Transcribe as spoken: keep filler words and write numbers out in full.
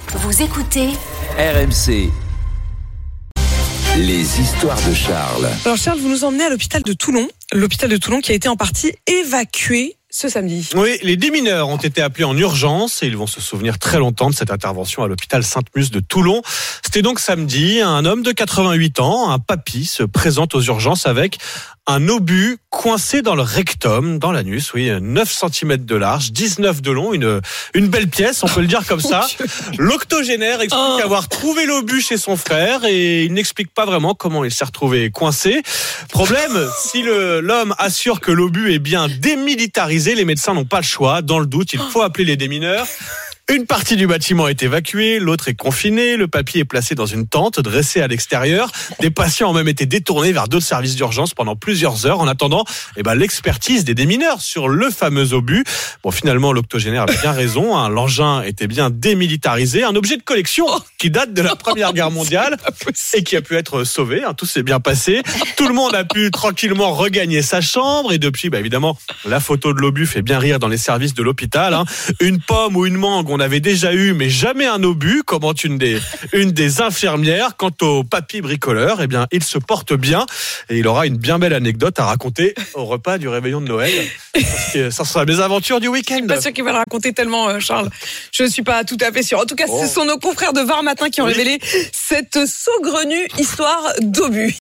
Vous écoutez R M C. Les histoires de Charles. Alors Charles, vous nous emmenez à l'hôpital de Toulon. L'hôpital de Toulon qui a été en partie évacué ce samedi. Oui, les démineurs ont été appelés en urgence et ils vont se souvenir très longtemps de cette intervention à l'hôpital Sainte-Musse de Toulon. C'était donc samedi, un homme de quatre-vingt-huit ans, un papy, se présente aux urgences avec un obus coincé dans le rectum, dans l'anus, oui, neuf centimètres de large, dix-neuf de long, une, une belle pièce, on peut le dire comme ça. L'octogénaire explique oh. avoir trouvé l'obus chez son frère et il n'explique pas vraiment comment il s'est retrouvé coincé. Problème, si le, l'homme assure que l'obus est bien démilitarisé, les médecins n'ont pas le choix. Dans le doute, il faut appeler les démineurs. Une partie du bâtiment est évacuée, l'autre est confinée, le papy est placé dans une tente dressée à l'extérieur. Des patients ont même été détournés vers d'autres services d'urgence pendant plusieurs heures en attendant eh ben, l'expertise des démineurs sur le fameux obus. Bon, finalement, l'octogénaire avait bien raison, hein, l'engin était bien démilitarisé, un objet de collection qui date de la Première Guerre mondiale et qui a pu être sauvé, hein, tout s'est bien passé. Tout le monde a pu tranquillement regagner sa chambre et depuis, bah, évidemment, la photo de l'obus fait bien rire dans les services de l'hôpital. Hein. Une pomme ou une mangue, on avait déjà eu, mais jamais un obus, commente une des, une des infirmières. Quant au papy bricoleur, eh bien, il se porte bien et il aura une bien belle anecdote à raconter au repas du réveillon de Noël. Ça sera mes aventures du week-end. Je suis pas sûr qu'il va le raconter tellement, Charles. Je ne suis pas tout à fait sûr. En tout cas, oh. ce sont nos confrères de Var Matin qui ont oui. révélé cette saugrenue histoire d'obus.